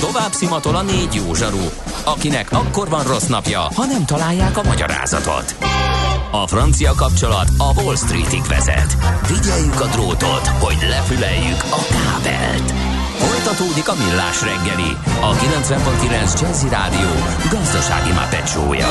Tovább szimatol a 4 jó zsaru, akinek akkor van rossz napja, ha nem találják a magyarázatot. A francia kapcsolat a Wall Streetig vezet. Figyeljük a drótot, hogy lefüleljük a kábelt. Folytatódik a Millás reggeli, a 90.9 Jazzy Rádió gazdasági mápecsója.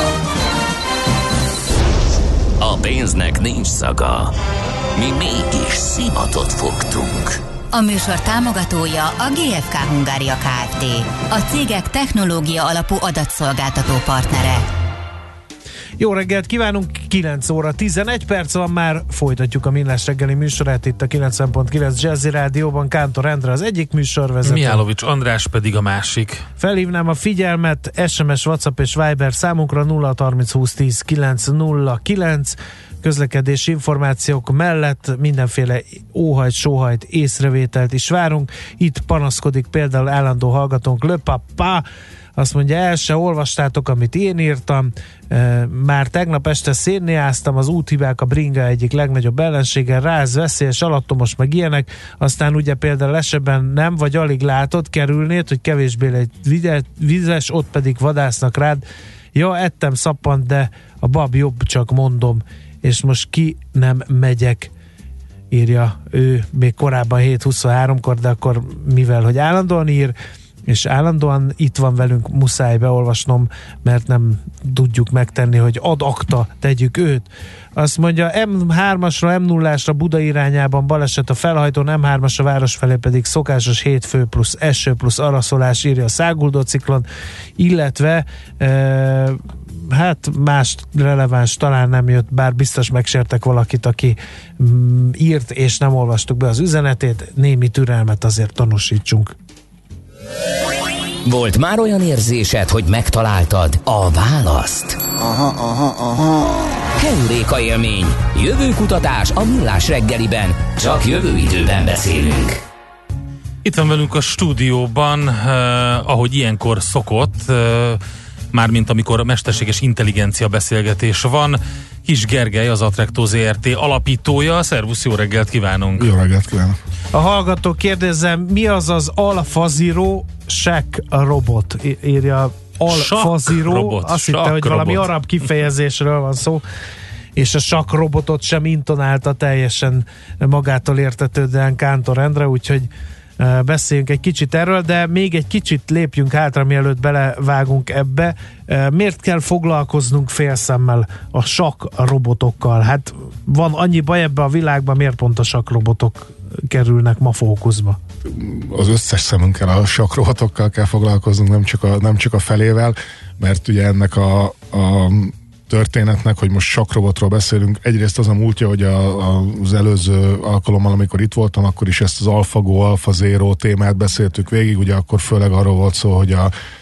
A pénznek nincs szaga. Mi mégis szimatot fogtunk. A műsor támogatója a GFK Hungária Kft. A cégek technológia alapú adatszolgáltató partnere. Jó reggelt kívánunk, 9 óra 11 perc van már, folytatjuk a Millás reggeli műsorát itt a 90.9 Jazzy Rádióban. Kántor Endre az egyik műsorvezető. Mihálovics András pedig a másik. Felhívnám a figyelmet, SMS, WhatsApp és Viber számunkra 0 30 20 10 909. Közlekedési információk mellett mindenféle óhajt, sóhajt, észrevételt is várunk. Itt panaszkodik például állandó hallgatónk Le Papa, azt mondja, el se olvastátok, amit én írtam. Már tegnap este szénniáztam, az úthibák a bringa egyik legnagyobb ellensége, ráz, veszélyes, alattomos, meg ilyenek. Aztán ugye például lesebben nem, vagy alig látod, kerülnéd, hogy kevésbé egy vizes, ott pedig vadásznak rád. Ja, ettem szappant, de a bab jobb, csak mondom. És most ki nem megyek, írja ő még korábban 7:23-kor, de akkor mivel, hogy állandóan ír, és állandóan itt van velünk, muszáj beolvasnom, mert nem tudjuk megtenni, hogy ad acta tegyük őt. Azt mondja, M3-asra, M0-ásra Buda irányában baleset a felhajtón, M3-as a város felé pedig szokásos hétfő plusz eső plusz araszolás, írja a Száguldó ciklon, illetve hát más releváns talán nem jött, bár biztos megsértek valakit, aki írt, és nem olvastuk be az üzenetét. Némi türelmet azért tanúsítsunk. Volt már olyan érzésed, hogy megtaláltad a választ? Aha. Heuréka élmény. Jövőkutatás a Millás reggeliben. Csak jövő időben beszélünk. Itt van velünk a stúdióban, ahogy ilyenkor szokott, mármint amikor a mesterséges intelligencia beszélgetés van, Kis Gergely, az Attracto ZRT alapítója. Szervusz, jó reggelt kívánunk! Jó reggelt kívánok! A hallgató kérdezem, mi az az AlphaZero Shack robot? Írja AlphaZero, azt hitte, hogy valami arab kifejezésről van szó, és a Shack robotot sem intonálta teljesen magától értetődően Kántor Endre, úgyhogy beszéljünk egy kicsit erről, de még egy kicsit lépjünk hátra, mielőtt belevágunk ebbe. Miért kell foglalkoznunk félszemmel a Shack robotokkal? Hát van annyi baj ebbe a világban, miért pont a Shack robotok kerülnek ma fókuszba? Az összes szemünkkel a Shack robotokkal kell foglalkoznunk, nem csak a felével, mert ugye ennek a történetnek, hogy most Shack robotról beszélünk. Egyrészt az a múltja, hogy az előző alkalommal, amikor itt voltam, akkor is ezt az AlphaGo, AlphaZero témát beszéltük végig, ugye akkor főleg arról volt szó, hogy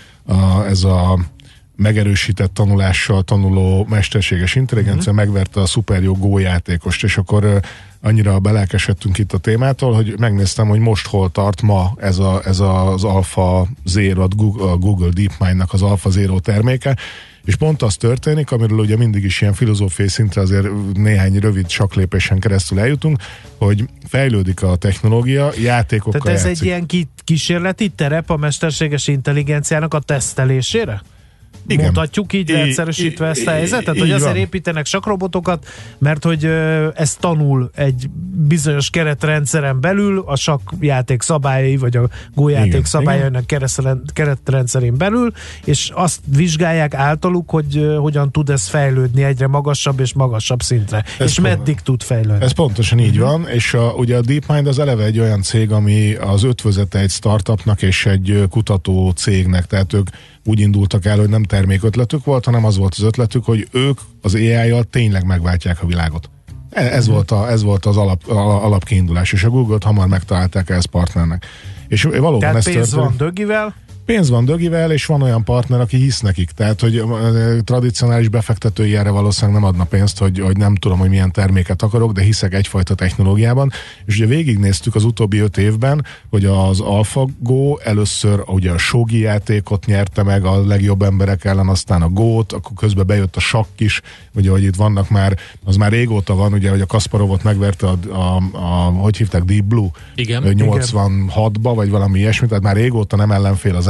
ez a megerősített tanulással tanuló mesterséges intelligencia megverte a szuper jó Go játékost, és akkor annyira belelkesedtünk itt a témától, hogy megnéztem, hogy most hol tart ma ez az AlphaZero, a Google DeepMind-nak az AlphaZero terméke, és pont az történik, amiről ugye mindig is ilyen filozófiai szintre azért néhány rövid saklépésen keresztül eljutunk, hogy fejlődik a technológia, játékokkal Tehát ez játszik. egy ilyen kísérleti terep a mesterséges intelligenciának a tesztelésére? Igen. Mondhatjuk így leegyszerűsítve ezt a helyzetet, hogy azért építenek sakrobotokat, mert hogy ez tanul egy bizonyos keretrendszeren belül, a sakk játék szabályai, vagy a Go játék szabályainak keretrendszerén belül, és azt vizsgálják általuk, hogy hogyan tud ez fejlődni egyre magasabb és magasabb szintre. És meddig tud fejlődni. Ez pontosan így van, és ugye a DeepMind az eleve egy olyan cég, ami az ötvözete egy startupnak és egy kutató cégnek, tehát ők úgy indultak el, hogy nem termékötletük volt, hanem az volt az ötletük, hogy ők az AI-jal tényleg megváltják a világot. Ez volt az alapkiindulás, és a Google-t hamar megtalálták ezt partnernek. És valóban tehát ez pénz van dögivel? Pénz van dögivel, és van olyan partner, aki hisz nekik. Tehát, hogy tradicionális befektetői erre valószínűleg nem adna pénzt, hogy nem tudom, hogy milyen terméket akarok, de hiszek egyfajta technológiában. És ugye végignéztük az utóbbi 5 évben, hogy az AlphaGo először ugye a shogi játékot nyerte meg a legjobb emberek ellen, aztán a Go-t, akkor közben bejött a sakk is, ugye, hogy itt vannak már, az már régóta van, ugye, hogy a Kasparovot megverte hogy hívták, Deep Blue? Igen. 86-ba, vagy valami ilyesmi, tehát már régóta nem ellenfél az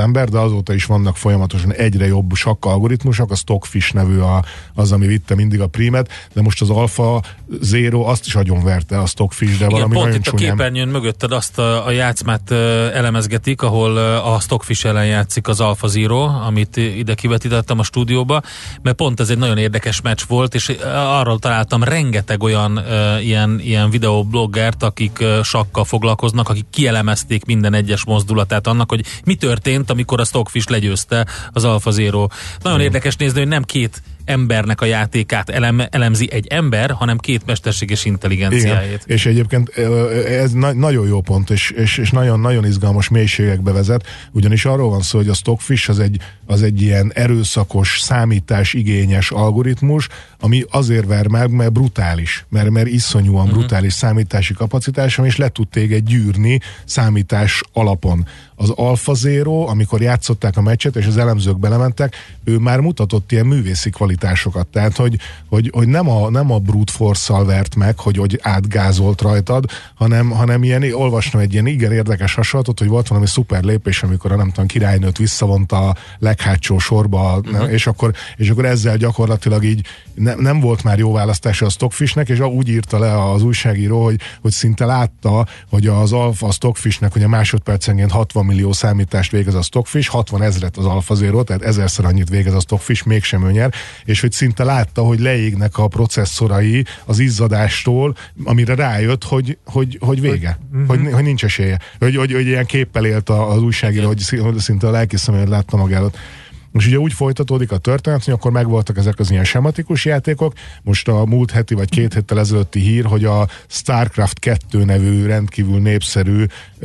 ember, de azóta is vannak folyamatosan egyre jobb sakk algoritmusok, a Stockfish nevű az, ami vitte mindig a prímet, de most az Alpha Zero azt is agyonverte a Stockfish, de igen, valami pont nagyon itt csúnyán. A képernyőn mögötted azt a játszmát elemezgetik, ahol a Stockfish ellen játszik az Alpha Zero, amit ide kivetítettem a stúdióba, mert pont ez egy nagyon érdekes meccs volt, és arról találtam rengeteg olyan ilyen videobloggert, akik sakkal foglalkoznak, akik kielemezték minden egyes mozdulatát annak, hogy mi történt, amikor a Stockfish legyőzte az Alpha Zero. Nagyon érdekes nézni, hogy nem két embernek a játékát elemzi egy ember, hanem két mesterséges intelligenciáját. Igen. És egyébként ez nagyon jó pont, és nagyon-nagyon izgalmas mélységekbe vezet, ugyanis arról van szó, hogy a Stockfish az egy ilyen erőszakos, számításigényes algoritmus, ami azért ver meg, mert brutális, mert iszonyúan brutális számítási kapacitásom, és le tud téged gyűrni számítás alapon. Az Alpha Zero, amikor játszották a meccset, és az elemzők belementek, ő már mutatott ilyen művészi kvalitásokat. Tehát, hogy nem a brute force-szal vert meg, hogy átgázolt rajtad, hanem ilyen, olvastam egy ilyen igen érdekes hasonlatot, hogy volt valami szuper lépés, amikor a nem tudom, királynőt visszavonta a leghátsó sorba, és akkor ezzel gyakorlatilag így nem volt már jó választása a Stockfishnek, és úgy írta le az újságíró, hogy szinte látta, hogy az Alpha Stockfishnek, hogy a másodpercenként 60 millió számítást végez a Stockfish, 60 000 az Alpha Zero, tehát 1000-szer annyit végez a Stockfish, mégsem ő nyer, és hogy szinte látta, hogy leégnek a processzorai az izzadástól, amire rájött, hogy vége, hogy nincs esélye. Hogy ilyen képpel élt az újságíró, hogy szinte a lelki személyed látta magádat. Most ugye úgy folytatódik a történet, hogy akkor megvoltak ezek az ilyen sematikus játékok, most a múlt heti vagy 2 héttel ezelőtti hír, hogy a StarCraft 2 nevű rendkívül népszerű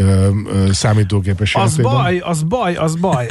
számítógépes játék. Az baj.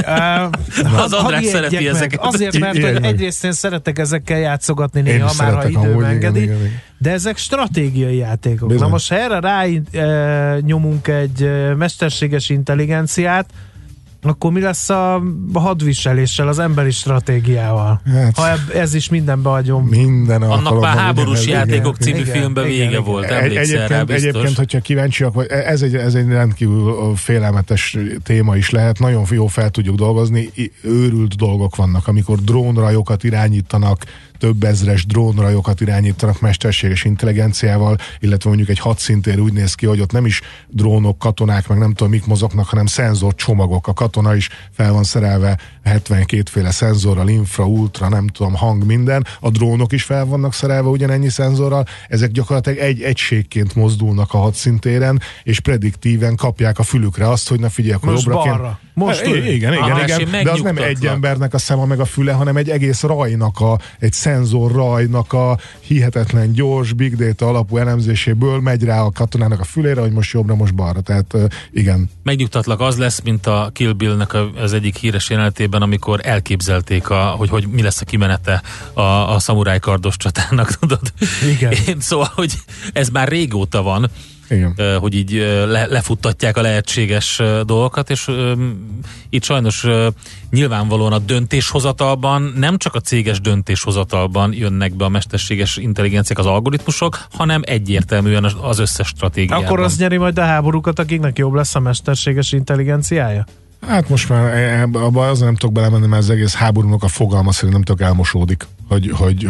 Az András szereti ezeket. Azért, mert hogy egyrészt én szeretek ezekkel játszogatni néha, már ha időm engedi, igen. De ezek stratégiai játékok. Bizony. Na most, ha erre nyomunk egy mesterséges intelligenciát, akkor mi lesz a hadviseléssel, az emberi stratégiával? Hát, ha ez is mindenbe adjon. Minden annak már Háborús játékok című filmben vége volt. Egyébként, hogyha kíváncsiak, vagy ez egy rendkívül félelmetes téma is lehet, nagyon jó fel tudjuk dolgozni, őrült dolgok vannak, amikor drónrajokat irányítanak, több ezres drónrajokat irányítanak mesterséges intelligenciával, illetve mondjuk egy hadszintér úgy néz ki, hogy ott nem is drónok, katonák, meg nem tudom mik mozognak, hanem szenzorcsomagok. A katona is fel van szerelve 72 féle szenzorral, infra, ultra, nem tudom, hang, minden. A drónok is fel vannak szerelve ugyanennyi szenzorral. Ezek gyakorlatilag egy egységként mozdulnak a hadszintéren, és prediktíven kapják a fülükre azt, hogy na figyelj, akkor jobbra. Most igen, de az nem egy embernek a szema meg a füle, hanem egy egész rajnak, egy szenzorrajnak a hihetetlen gyors big data alapú elemzéséből megy rá a katonának a fülére, hogy most jobbra, most balra. Tehát igen. Megnyugtatlak, az lesz, mint a Kill Bill-nek az egyik híres jelenetében, amikor elképzelték, hogy mi lesz a kimenete a szamuráj kardos csatának, tudod? Igen. Szóval, hogy ez már régóta van. Igen. Hogy így lefuttatják a lehetséges dolgokat, és itt sajnos nyilvánvalóan a döntéshozatalban, nem csak a céges döntéshozatalban jönnek be a mesterséges intelligenciák, az algoritmusok, hanem egyértelműen az összes stratégiában. Akkor az nyeri majd a háborúkat, akiknek jobb lesz a mesterséges intelligenciája? Hát most már abban azért nem tudok belemenni, mert az egész háborúnak a fogalma szerint nem tudok elmosódik. Hogy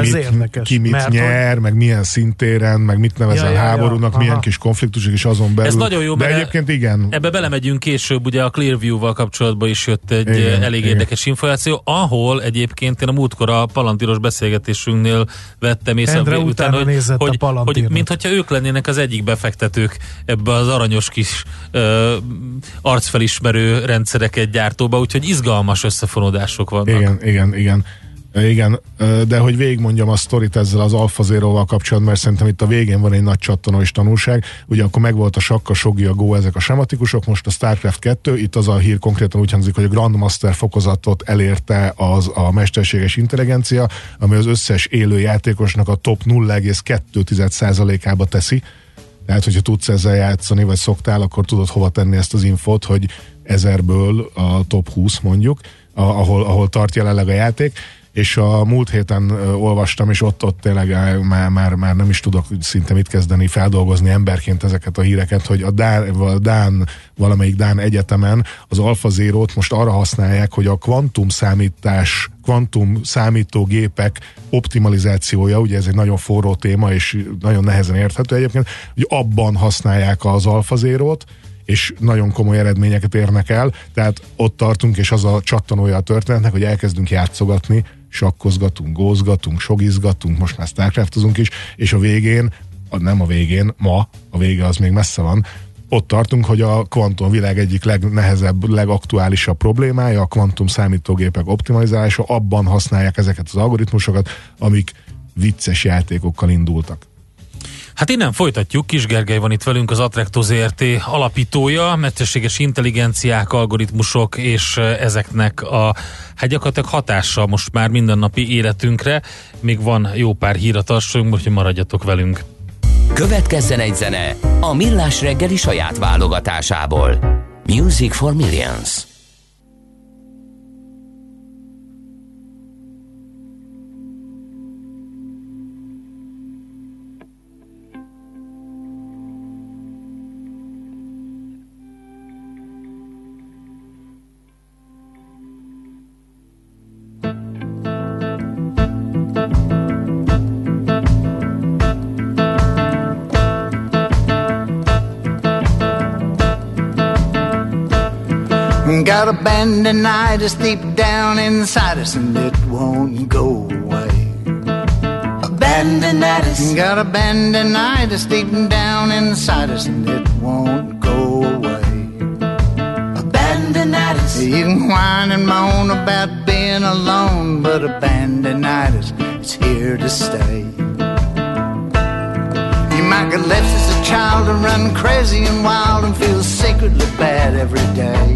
ki mit nyer, meg milyen szintéren, meg mit nevezel háborúnak, milyen kis konfliktusok is azon belül. Ez nagyon jó, de egyébként igen. Ebbe belemegyünk később, ugye a Clearview-val kapcsolatban is jött egy elég érdekes információ, ahol egyébként én a múltkor a Palantíros beszélgetésünknél vettem észre, hogy mintha ők lennének az egyik befektetők ebbe az aranyos kis arcfelismerő rendszereket gyártóba, úgyhogy izgalmas összefonódások vannak. Igen, de hogy végigmondjam a sztorit ezzel az Alpha Zero-val kapcsolatban, mert szerintem itt a végén van egy nagy csattanó és tanulság. Ugye akkor megvolt a sakk, a shogi, a go, ezek a sematikusok, most a StarCraft 2, itt az a hír konkrétan úgy hangzik, hogy a Grandmaster fokozatot elérte a mesterséges intelligencia, ami az összes élő játékosnak a top 0,2%-ába teszi. Tehát, hogyha tudsz ezzel játszani, vagy szoktál, akkor tudod hova tenni ezt az infót, hogy 1000-ből a top 20 mondjuk, ahol tart jelenleg a játék, és a múlt héten olvastam, és ott tényleg már nem is tudok szinte mit kezdeni, feldolgozni emberként ezeket a híreket, hogy valamelyik Dán egyetemen az AlphaZero-t most arra használják, hogy a kvantum számítógépek optimalizációja, ugye ez egy nagyon forró téma, és nagyon nehezen érthető egyébként, hogy abban használják az AlphaZero-t, és nagyon komoly eredményeket érnek el, tehát ott tartunk, és az a csattanója a történetnek, hogy elkezdünk játszogatni, sakkozgatunk, gózgatunk, sogizgatunk, most már Starcraftozunk is, és a végén, ma, a vége az még messze van, ott tartunk, hogy a kvantumvilág egyik legnehezebb, legaktuálisabb problémája, a kvantum számítógépek optimalizálása, abban használják ezeket az algoritmusokat, amik vicces játékokkal indultak. Hát innen folytatjuk, Kis Gergely van itt velünk, az Attrecto Zrt. Alapítója, mesterséges intelligenciák, algoritmusok, és ezeknek a gyakorlatilag hatása most már mindennapi életünkre. Még van jó pár hír a tartsunk, úgyhogy maradjatok velünk. Következzen egy zene a Millás reggeli saját válogatásából. Music for Millions. Got a bandinitis deep down inside us and it won't go away. A bandinitis. Got a bandinitis deep down inside us and it won't go away. A bandinitis. You can whine and moan about being alone, but a bandinitis is here to stay. You might get left as a child and run crazy and wild and feel secretly bad every day.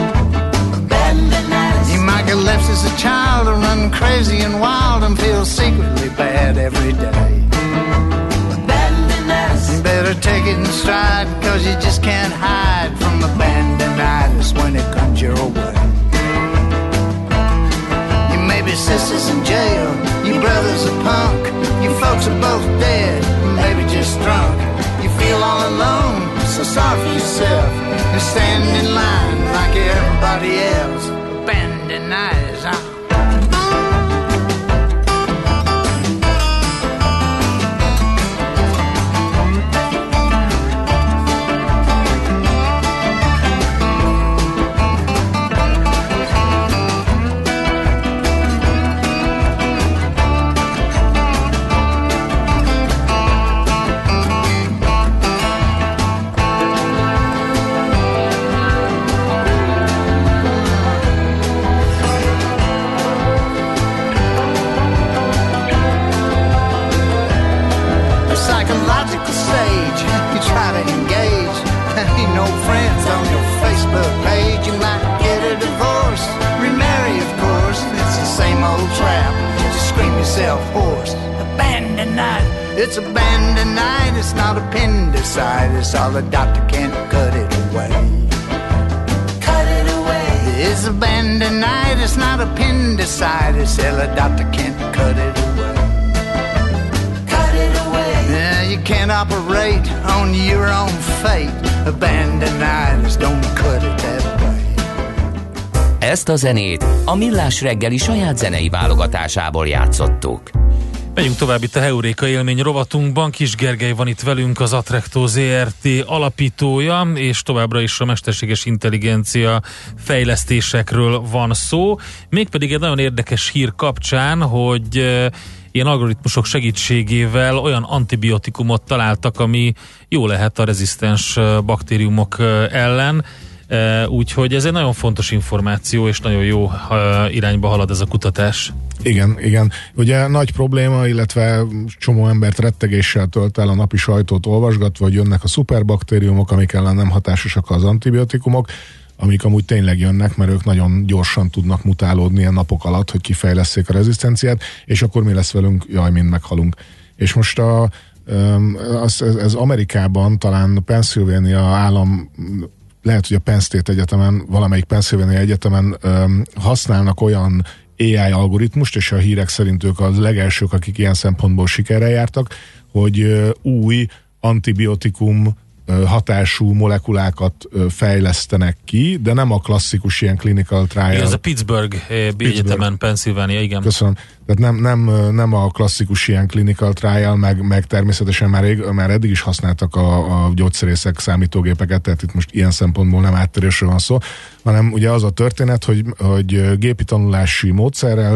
You might get left as a child and run crazy and wild and feel secretly bad every day. You better take it in stride, cause you just can't hide from the bandinitis when it comes your way. You may be sisters in jail, your brother's a punk, your folks are both dead, maybe just drunk. You feel all alone, so sorry for yourself, and stand in line like everybody else. Bandinitis, huh? It's a bandinitis, not appendicitis. All the doctor can't cut it away. Cut it away. It's a bandinitis, not appendicitis. Hell, the doctor can't cut it away. Cut it away. Yeah, you can't operate on your own fate. A bandinitis, don't cut it that way. Ezt a zenét a Millás reggeli saját zenei válogatásából játszottuk. Megyünk tovább itt a Heuréka élmény rovatunkban. Kis Gergely van itt velünk, az Attrecto Zrt. Alapítója, és továbbra is a mesterséges intelligencia fejlesztésekről van szó. Mégpedig egy nagyon érdekes hír kapcsán, hogy ilyen algoritmusok segítségével olyan antibiotikumot találtak, ami jó lehet a rezisztens baktériumok ellen. Úgyhogy ez egy nagyon fontos információ, és nagyon jó irányba halad ez a kutatás. Igen. Ugye nagy probléma, illetve csomó embert rettegéssel tölt el a napi sajtót olvasgatva, hogy jönnek a szuperbaktériumok, amik ellen nem hatásosak az antibiotikumok, amik amúgy tényleg jönnek, mert ők nagyon gyorsan tudnak mutálódni ilyen napok alatt, hogy kifejlesszék a rezisztenciát, és akkor mi lesz velünk? Jaj, mind meghalunk. És most ez Amerikában, talán Pennsylvania állam, lehet, hogy a Penn State Egyetemen, valamelyik Pennsylvania Egyetemen használnak olyan AI algoritmust, és a hírek szerint ők az legelsők, akik ilyen szempontból sikerrel jártak, hogy új antibiotikum hatású molekulákat fejlesztenek ki, de nem a klasszikus ilyen clinical trial. Igen, ez a Pittsburgh egyetemen, Pennsylvania, igen. Köszönöm. Tehát nem a klasszikus ilyen clinical trial, meg természetesen már eddig is használtak a gyógyszerészek számítógépeket, tehát itt most ilyen szempontból nem áttörésről van szó, hanem ugye az a történet, hogy gépi tanulási módszerrel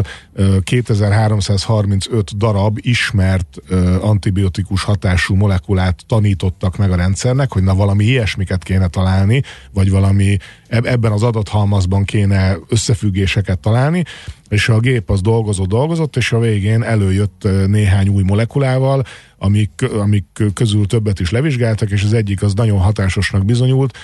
2335 darab ismert antibiotikus hatású molekulát tanítottak meg a rendszernek, hogy na valami ilyesmiket kéne találni, vagy valami ebben az adathalmazban kéne összefüggéseket találni, és a gép az dolgozott, és a végén előjött néhány új molekulával, amik közül többet is levizsgáltak, és az egyik az nagyon hatásosnak bizonyult,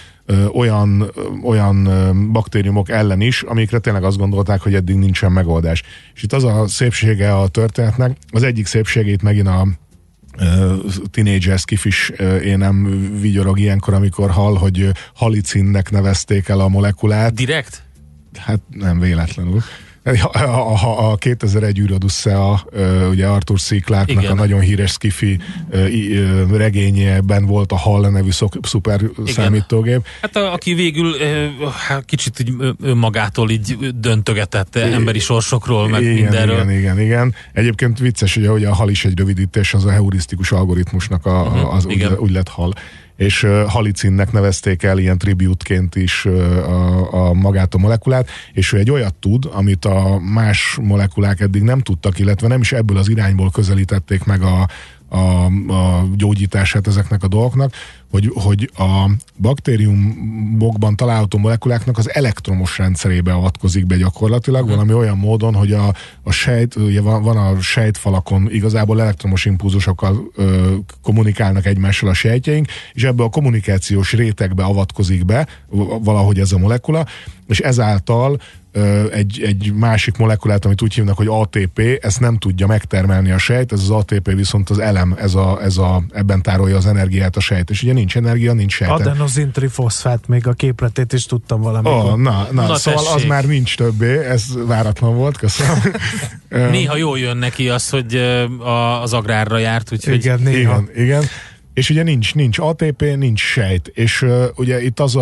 olyan baktériumok ellen is, amikre tényleg azt gondolták, hogy eddig nincsen megoldás. És itt az a szépsége a történetnek, az egyik szépségét megint a teenager skifis énem vigyorog ilyenkor, amikor hall, hogy halicinnek nevezték el a molekulát. Direkt? Hát nem véletlenül. A 2001 űrodusszea, ugye Arthur C. Clarke-nak a nagyon híres skifi regényében volt a HAL nevű szuper számítógép. Hát aki végül kicsit így önmagától így döntögetett emberi sorsokról, meg mindenről. Igen. Egyébként vicces, ugye, hogy a HAL is egy rövidítés, az a heurisztikus algoritmusnak az úgy lett HAL. És halicinnek nevezték el ilyen tribute-ként is magát a molekulát, és ő egy olyat tud, amit a más molekulák eddig nem tudtak, illetve nem is ebből az irányból közelítették meg a gyógyítását ezeknek a dolgoknak, hogy a baktériumokban található molekuláknak az elektromos rendszerébe avatkozik be gyakorlatilag, valami olyan módon, hogy a sejt, ugye van a sejtfalakon igazából elektromos impulzusokkal kommunikálnak egymással a sejtjeink, és ebbe a kommunikációs rétegbe avatkozik be valahogy ez a molekula, és ezáltal egy másik molekulát, amit úgy hívnak, hogy ATP, ezt nem tudja megtermelni a sejt, ez az ATP viszont az elem, ebben tárolja az energiát a sejt, és ugye nincs energia, nincs sejt. Adenozintrifoszfát, még a képletét is tudtam valamikor. Na szóval tessék. Az már nincs többé, ez váratlan volt, köszönöm. Néha jól jön neki az, hogy az agrárra járt, úgyhogy... Igen, néha. Igen. És ugye nincs ATP, nincs sejt, és ugye itt az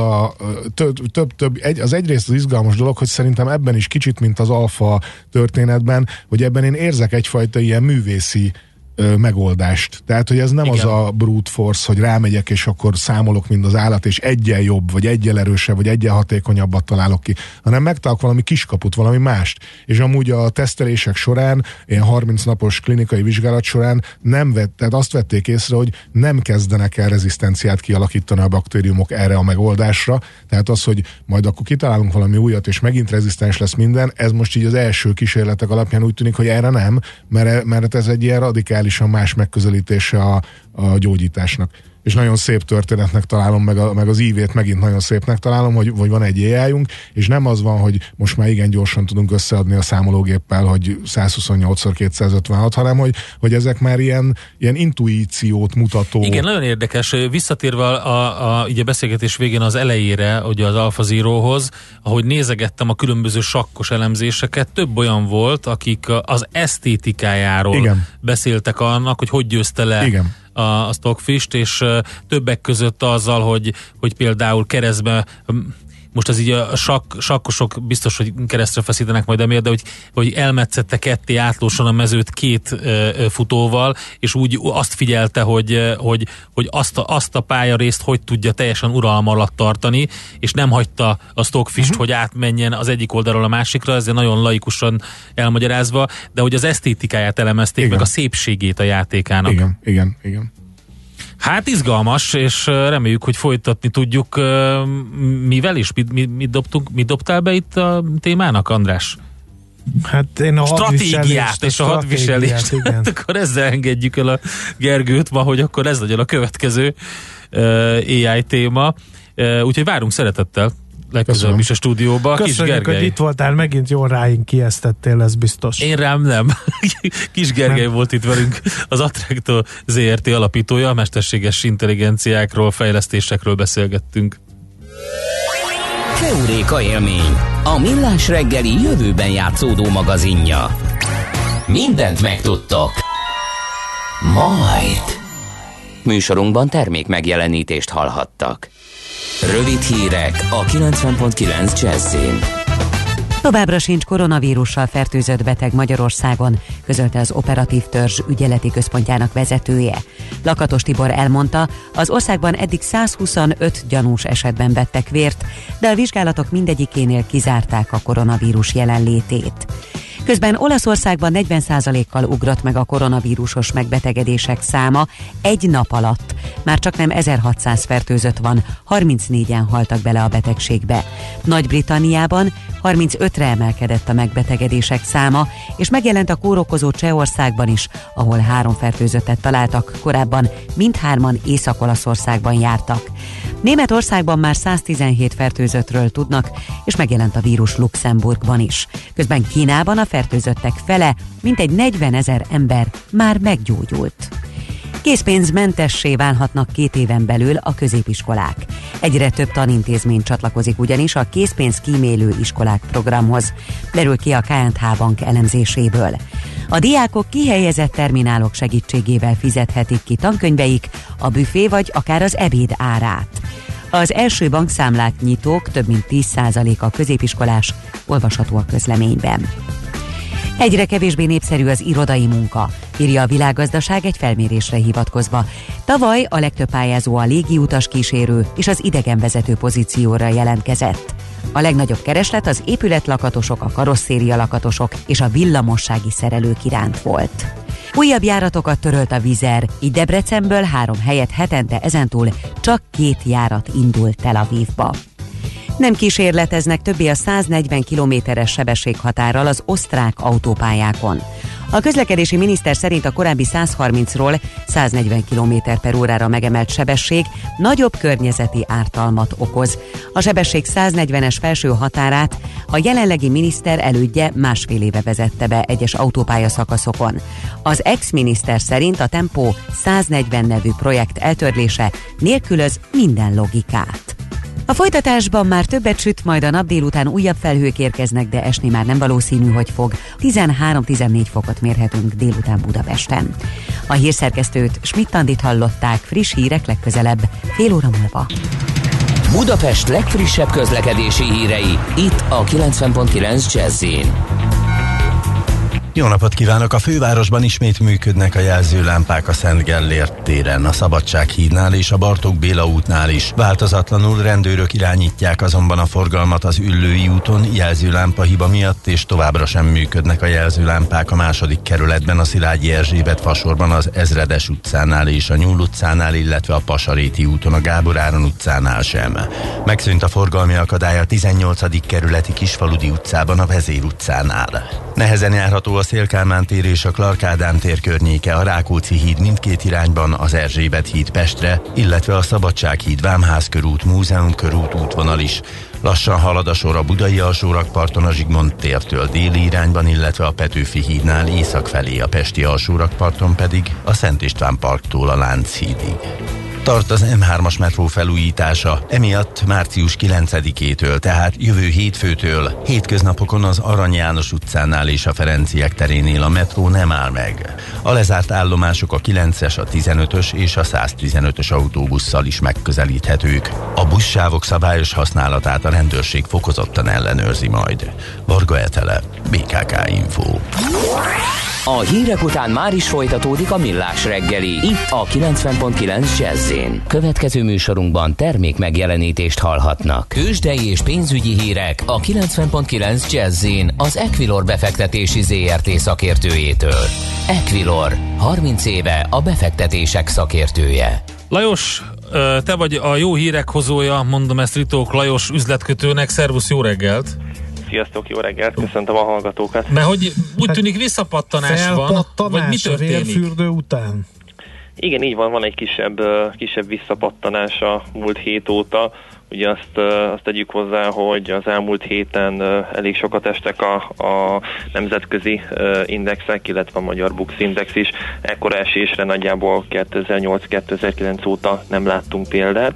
az egyrészt az izgalmas dolog, hogy szerintem ebben is kicsit, mint az alfa történetben, hogy ebben én érzek egyfajta ilyen művészi megoldást. Tehát, hogy ez nem az a brute force, hogy rámegyek, és akkor számolok, mint az állat, és egyen jobb, vagy egyen erősebb, vagy egyen hatékonyabbat találok ki, hanem megtalálok valami kiskaput, valami mást. És amúgy a tesztelések során, ilyen 30 napos klinikai vizsgálat során tehát azt vették észre, hogy nem kezdenek el rezisztenciát kialakítani a baktériumok erre a megoldásra. Tehát az, hogy majd akkor kitalálunk valami újat, és megint rezisztens lesz minden, ez most így az első kísérletek alapján úgy tűnik, hogy erre nem, mert ez egy ilyen radikálisan más megközelítése a gyógyításnak. És nagyon szép történetnek találom, meg az ívét megint nagyon szépnek találom, hogy van egy AI-unk, és nem az van, hogy most már igen gyorsan tudunk összeadni a számológéppel, hogy 128x256, hanem hogy ezek már ilyen intuíciót mutató. Igen, nagyon érdekes. Visszatérve így a beszélgetés végén az elejére, ugye az AlphaZerohoz, ahogy nézegettem a különböző sakkos elemzéseket, több olyan volt, akik az esztétikájáról beszéltek annak, hogy győzte le a Stockfish-t, és többek között azzal, hogy például keresztbe, most az így a sakkosok biztos, hogy keresztre feszítenek majd emiatt, de hogy elmetszette ketté átlósan a mezőt két futóval, és úgy azt figyelte, hogy azt a pályarészt hogy tudja teljesen uralma alatt tartani, és nem hagyta a Stockfish-t, hogy átmenjen az egyik oldalról a másikra, ezzel nagyon laikusan elmagyarázva, de hogy az esztétikáját elemezték, meg a szépségét a játékának. Igen. Hát izgalmas, és reméljük, hogy folytatni tudjuk. Mivel is? Mit dobtál be itt a témának, András? Hát én a stratégiát és a hadviselést. Hát akkor ezzel engedjük el a Gergőt ma, hogy akkor ez legyen a következő AI téma. Úgyhogy várunk szeretettel legközelebb is a stúdióba. Köszönjük, hogy itt voltál, megint jól ráink kiesztettél, ez biztos. Én rám nem. Kis Gergely volt itt velünk, az Attrecto ZRT alapítója, a mesterséges intelligenciákról, fejlesztésekről beszélgettünk. Heuréka élmény, a Millás reggeli jövőben játszódó magazinja. Mindent megtudtok. Majd. Műsorunkban termék megjelenítést hallhattak. Rövid hírek a 90.9 Jazz-in. Továbbra sincs koronavírussal fertőzött beteg Magyarországon, közölte az operatív törzs ügyeleti központjának vezetője. Lakatos Tibor elmondta, az országban eddig 125 gyanús esetben vettek vért, de a vizsgálatok mindegyikénél kizárták a koronavírus jelenlétét. Közben Olaszországban 40%-kal ugrott meg a koronavírusos megbetegedések száma egy nap alatt. Már csaknem 1600 fertőzött van, 34-en haltak bele a betegségbe. Nagy-Britanniában 35-re emelkedett a megbetegedések száma, és megjelent a kórokozó Csehországban is, ahol 3 fertőzöttet találtak, korábban mindhárman Észak-Olaszországban jártak. Németországban már 117 fertőzöttről tudnak, és megjelent a vírus Luxemburgban is. Közben Kínában a fertőzöttek fele, mintegy 40 000 ember már meggyógyult. Készpénzmentessé válhatnak 2 éven belül a középiskolák. Egyre több tanintézmény csatlakozik ugyanis a készpénz kímélő iskolák programhoz, derül ki a KNH Bank elemzéséből. A diákok kihelyezett terminálok segítségével fizethetik ki tankönyveik, a büfé vagy akár az ebéd árát. Az első bankszámlát nyitók több mint 10%-a középiskolás, olvasható a közleményben. Egyre kevésbé népszerű az irodai munka, írja a Világgazdaság egy felmérésre hivatkozva. Tavaly a legtöbb pályázó a légiutas kísérő és az idegenvezető pozícióra jelentkezett. A legnagyobb kereslet az épületlakatosok, a karosszéria lakatosok és a villamossági szerelők iránt volt. Újabb járatokat törölt a Vizer, így Debrecenből 3 helyett hetente ezentúl csak 2 járat indul Tel Avivba. Nem kísérleteznek többé a 140 km/s sebességhatárral az osztrák autópályákon. A közlekedési miniszter szerint a korábbi 130-ról 140 km/h megemelt sebesség nagyobb környezeti ártalmat okoz. A sebesség 140-es felső határát a jelenlegi miniszter elődje 1,5 éve vezette be egyes autópálya szakaszokon. Az ex-miniszter szerint a Tempo 140 nevű projekt eltörlése nélkülöz minden logikát. A folytatásban már többet süt, majd a nap, délután újabb felhők érkeznek, de esni már nem valószínű, hogy fog. 13-14 fokot mérhetünk délután Budapesten. A hírszerkesztőt, Schmidt-Andit hallották, friss hírek legközelebb, fél óra múlva. Budapest legfrissebb közlekedési hírei, itt a 90.9 Jazz-in. Jó napot kívánok! A fővárosban ismét működnek a jelzőlámpák a Szent Gellért téren, a Szabadsághídnál és a Bartók Béla útnál is. Változatlanul rendőrök irányítják azonban a forgalmat az Üllői úton jelzőlámpa hiba miatt, és továbbra sem működnek a jelzőlámpák a 2. kerületben, a Szilágyi Erzsébet fasorban, az Ezredes utcánál és a Nyúl utcánál, illetve a Pasaréti úton, a Gábor Áron utcánál sem. Megszűnt a forgalmi akadály a 18. kerületi Kisfaludi utcában, a Vezér utcánál. Nehezen járható a Széll-Kálmán tér és a Clark Ádám tér környéke, a Rákóczi híd mindkét irányban, az Erzsébet híd Pestre, illetve a Szabadsághíd, Vámház körút, Múzeum körút útvonal is. Lassan halad a sor a Budai alsórakparton, a Zsigmond tértől déli irányban, illetve a Petőfi hídnál észak felé, a Pesti alsórakparton pedig a Szent István parktól a Lánchídig. Tart az M3-as metró felújítása, emiatt március 9-től, tehát jövő hétfőtől, hétköznapokon az Arany János utcánál és a Ferenciek terénél a metró nem áll meg. A lezárt állomások a 9-es, a 15-ös és a 115-ös autóbusszal is megközelíthetők. A buszsávok szabályos használatát a rendőrség fokozottan ellenőrzi majd. Varga Etele, BKK Info. A hírek után már is folytatódik a Millás reggeli, itt a 90.9 Jazz-in. Következő műsorunkban termék megjelenítést hallhatnak. Tőzsdei és pénzügyi hírek a 90.9 Jazz-in az Equilor befektetési ZRT szakértőjétől. Equilor, 30 éve a befektetések szakértője. Lajos, te vagy a jó hírek hozója, mondom ezt Ritók Lajos üzletkötőnek. Szervusz, jó reggelt! Sziasztok, jó reggelt, köszöntöm a hallgatókat. Mert hogy úgy tűnik visszapattanás van, vagy mi történik? Vérfürdő után? Igen, így van egy kisebb visszapattanás a múlt hét óta. Ugye azt tegyük hozzá, hogy az elmúlt héten elég sokat estek a nemzetközi indexek, illetve a magyar Bux Index is. Ekkora esésre nagyjából 2008-2009 óta nem láttunk példát.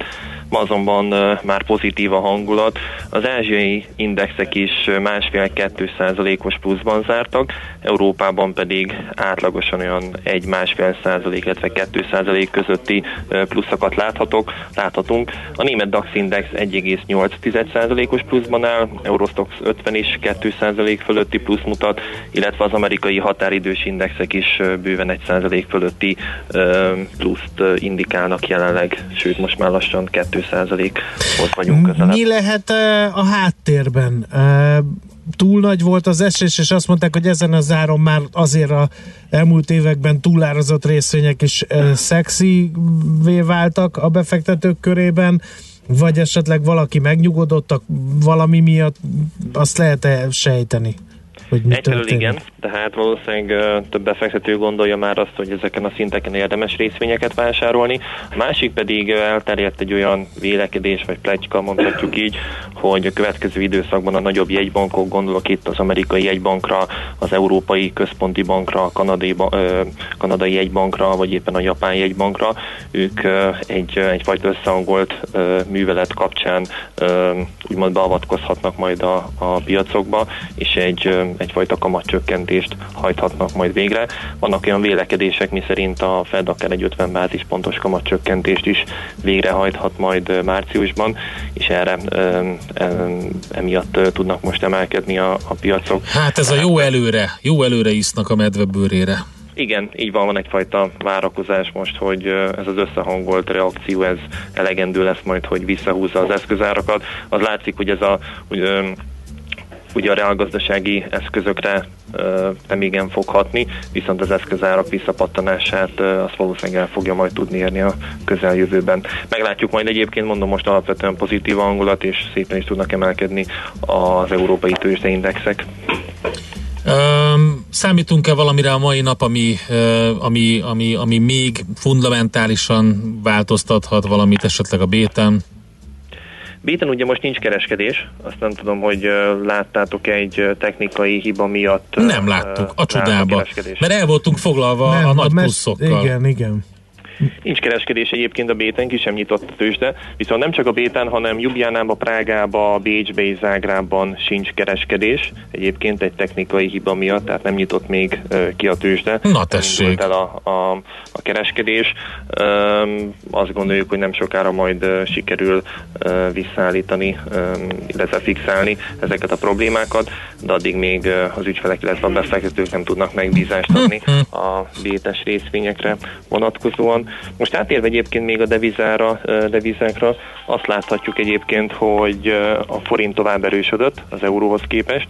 ma azonban már pozitív a hangulat. Az ázsiai indexek is 1,5-2%-os pluszban zártak, Európában pedig átlagosan olyan 1,5%, illetve 2% közötti pluszokat láthatunk. A német DAX index 1,8%-os pluszban áll, Eurostoxx 50 is 2% fölötti plusz mutat, illetve az amerikai határidős indexek is bőven 1% fölötti pluszt indikálnak jelenleg, sőt most már lassan 2%-hoz vagyunk közelebb. Mi lehet a háttérben? Túl nagy volt az esés, és azt mondták, hogy ezen az áron már azért az elmúlt években túlárazott részvények is szexivé váltak a befektetők körében, vagy esetleg valaki megnyugodott valami miatt, azt lehet-e sejteni? Egyfelől igen, tehát valószínűleg több befektető gondolja már azt, hogy ezeken a szinteken érdemes részvényeket vásárolni. A másik pedig elterjedt egy olyan vélekedés, vagy pletyka, mondhatjuk így, hogy a következő időszakban a nagyobb jegybankok, gondolok itt az amerikai jegybankra, az európai központi bankra, a kanadai jegybankra, vagy éppen a japán jegybankra, ők egyfajta összehangolt művelet kapcsán úgymond beavatkozhatnak majd a piacokba, és egyfajta kamatcsökkentést hajthatnak majd végre. Vannak olyan vélekedések, miszerint a Fed akár egy 50 bázispontos kamatcsökkentést is végrehajthat majd márciusban, és erre emiatt tudnak most emelkedni a piacok. Hát ez a jó előre isznak a medve bőrére. Igen, így van egyfajta várakozás most, hogy ez az összehangolt reakció, ez elegendő lesz majd, hogy visszahúzza az eszközárakat. Az látszik, hogy ez ugye a reálgazdasági eszközökre nem igen fog hatni, viszont az eszközárak visszapattanását azt valószínűleg el fogja majd tudni érni a közeljövőben. Meglátjuk majd, egyébként mondom, most alapvetően pozitív hangulat, és szépen is tudnak emelkedni az európai tőzsdeindexek. Számítunk-e valamire a mai nap, ami még fundamentálisan változtathat valamit esetleg a béten? Béten ugye most nincs kereskedés, azt nem tudom, hogy láttátok egy technikai hiba miatt. Nem láttuk, a csodába, mert el voltunk foglalva a nagy pluszokkal. Igen. Nincs kereskedés egyébként a Béten, ki sem nyitott a tőzsde, viszont nem csak a Béten, hanem Ljubljánában, Prágában, Bécsbe és Zágrában sincs kereskedés. Egyébként egy technikai hiba miatt, tehát nem nyitott még ki a tőzsde. Na tessék! El a kereskedés. Azt gondoljuk, hogy nem sokára majd sikerül visszaállítani, illetve fixálni ezeket a problémákat, de addig még az ügyfelek, illetve a befektetők nem tudnak megbízást adni a bétes részvényekre vonatkozóan. Most átérve egyébként még a devizákra, azt láthatjuk egyébként, hogy a forint tovább erősödött az euróhoz képest.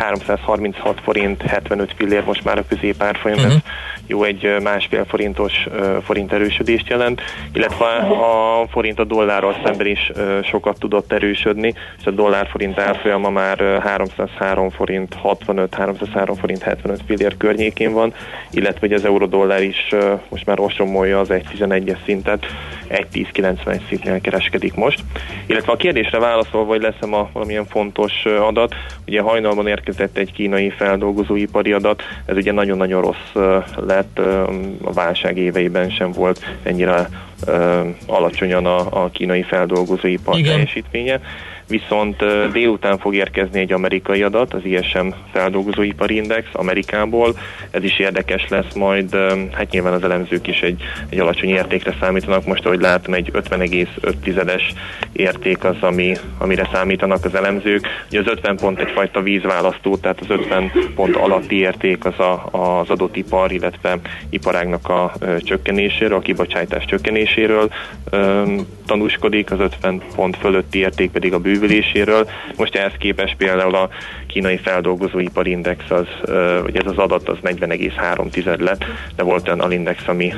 336 forint 75 fillér most már a középárfolyam, ez jó egy 1,5 forintos forint erősödést jelent, illetve a forint a dollárral szemben is sokat tudott erősödni, és a dollár-forint árfolyama már 303 forint 65, 303 forint 75 fillér környékén van, illetve hogy az euró-dollár is most már ostromolja az 1,11-es szintet, 1,1091 szintnél kereskedik most. Illetve a kérdésre válaszolva, hogy lesz-e valamilyen fontos adat, ugye hajnalban érkezett egy kínai feldolgozóipari adat, ez ugye nagyon-nagyon rossz lett, a válság éveiben sem volt ennyire alacsonyan a kínai feldolgozóipar teljesítménye. Viszont délután fog érkezni egy amerikai adat, az ISM feldolgozóipari index Amerikából. Ez is érdekes lesz majd, hát nyilván az elemzők is egy alacsony értékre számítanak. Most, ahogy látom, egy 50,5-es érték az, amire számítanak az elemzők. Ugye az 50 pont egyfajta vízválasztó, tehát az 50 pont alatti érték az az adott ipar, illetve iparágnak a csökkenéséről, a kibocsátás csökkenéséről tanúskodik, az 50 pont fölötti érték pedig a bővüléséről. Most ehhez képest például a kínai feldolgozóipari index, vagy ez az adat az 40,3 lett, de volt olyan alindex, ami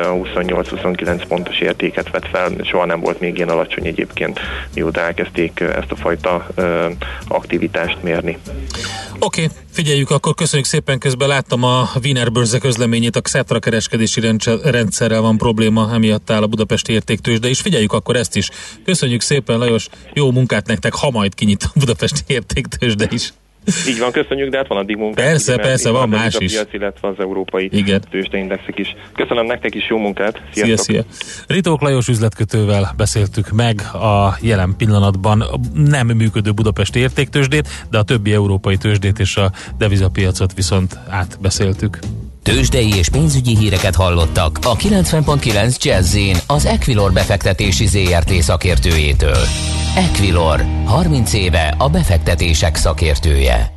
28-29 pontos értéket vett fel, soha nem volt még ilyen alacsony egyébként, mióta elkezdték ezt a fajta aktivitást mérni. Oké, figyeljük, akkor köszönjük szépen, közben láttam a Wiener Börse közleményét, a Xetra kereskedési rendszerrel van probléma, emiatt áll a budapesti értéktőzsde, és figyeljük akkor ezt is. Köszönjük szépen, Lajos, jó munkát nektek, ha majd kinyit a budapesti értéktőzsde is. Így van, köszönjük, de hát van addig munkát. Persze, van más is. A piac, illetve az európai tőzsdeindexek is. Köszönöm nektek is, jó munkát. Sziasztok. Szia. Ritók Lajos üzletkötővel beszéltük meg a jelen pillanatban nem működő budapesti értéktőzsdét, de a többi európai tőzsdét és a devizapiacot viszont átbeszéltük. Tőzsdei és pénzügyi híreket hallottak a 90.9 Jazz-in az Equilor befektetési ZRT szakértőjétől. Equilor, 30 éve a befektetések szakértője.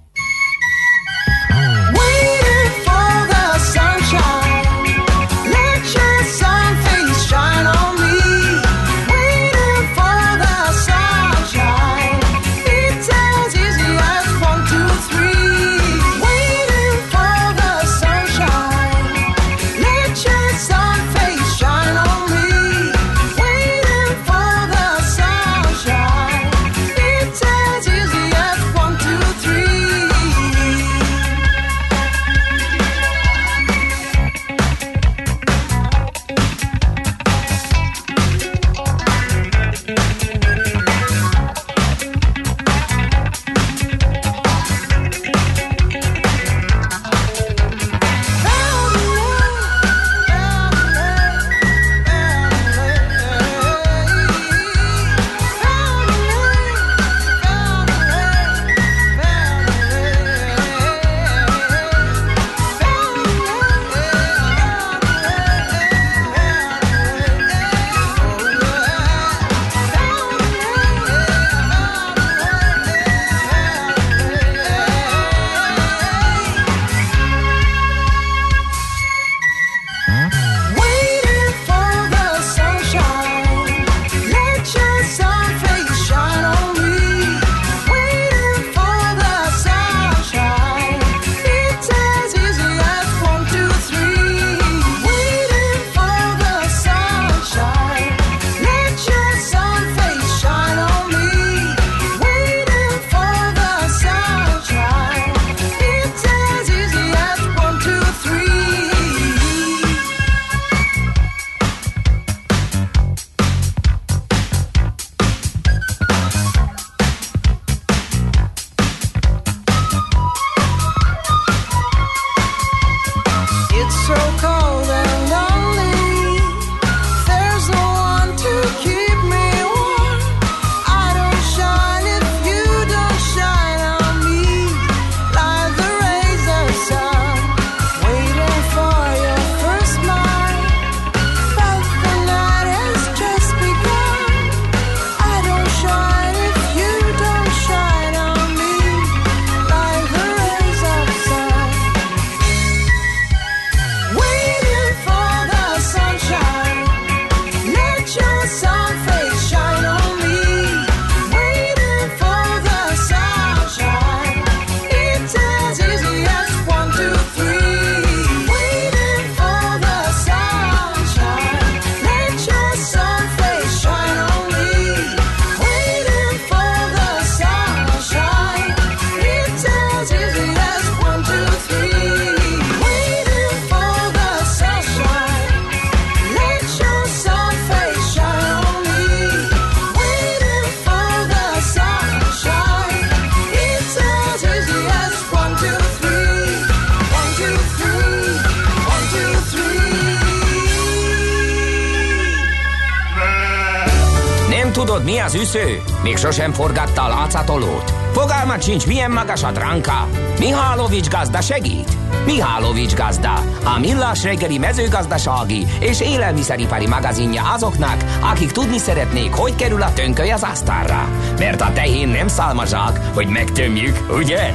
Tudod, mi az üsző? Még sosem forgatta a látszatolót? Fogalmat sincs, milyen magas a dránka? Mihálovics gazda segít? Mihálovics gazda, a millás reggeli mezőgazdasági és élelmiszeripari magazinja azoknak, akik tudni szeretnék, hogy kerül a tönköly az asztalra. Mert a tehén nem szálmazsák, hogy megtömjük, ugye?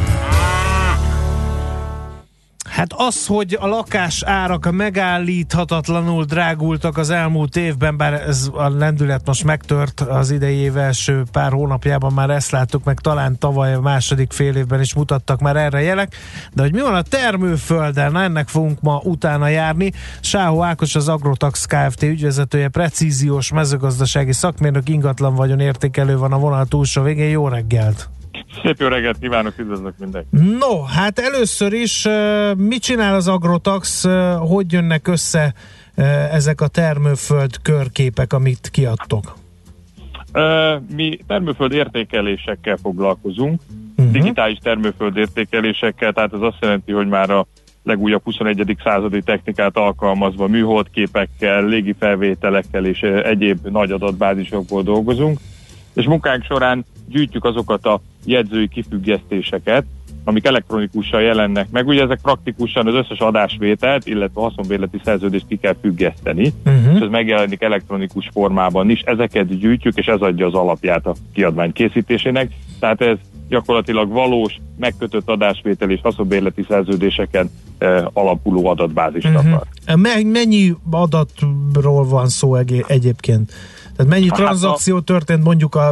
Hát az, hogy a lakás árak megállíthatatlanul drágultak az elmúlt évben, bár ez a lendület most megtört az idei év első pár hónapjában, már ezt láttuk, meg talán tavaly a második fél évben is mutattak már erre jelek, de hogy mi van a termőfölddel, na ennek fogunk ma utána járni. Sáhó Ákos, az Agrotax Kft. Ügyvezetője, precíziós mezőgazdasági szakmérnök, ingatlan vagyon értékelő van a vonal túlsó végén. Jó reggelt! Szép jó reggelt kívánok, üdvözlök mindenkit! No, hát először is mit csinál az Agrotax, hogy jönnek össze ezek a termőföld körképek, amit kiadtok? Mi termőföld értékelésekkel foglalkozunk, digitális termőföldértékelésekkel, tehát ez azt jelenti, hogy már a legújabb 21. századi technikát alkalmazva műholdképekkel, légifelvételekkel és egyéb nagy adatbázisokból dolgozunk, és munkánk során gyűjtjük azokat a jegyzői kifüggesztéseket, amik elektronikusan jelennek meg. Ugye ezek praktikusan az összes adásvételt, illetve haszonbérleti szerződést ki kell függeszteni, és ez megjelenik elektronikus formában is. Ezeket gyűjtjük, és ez adja az alapját a kiadvány készítésének. Tehát ez gyakorlatilag valós, megkötött adásvétel és haszonbérleti szerződéseken alapuló adatbázist akar. Mennyi adatról van szó egyébként? Tehát mennyi tranzakció történt mondjuk a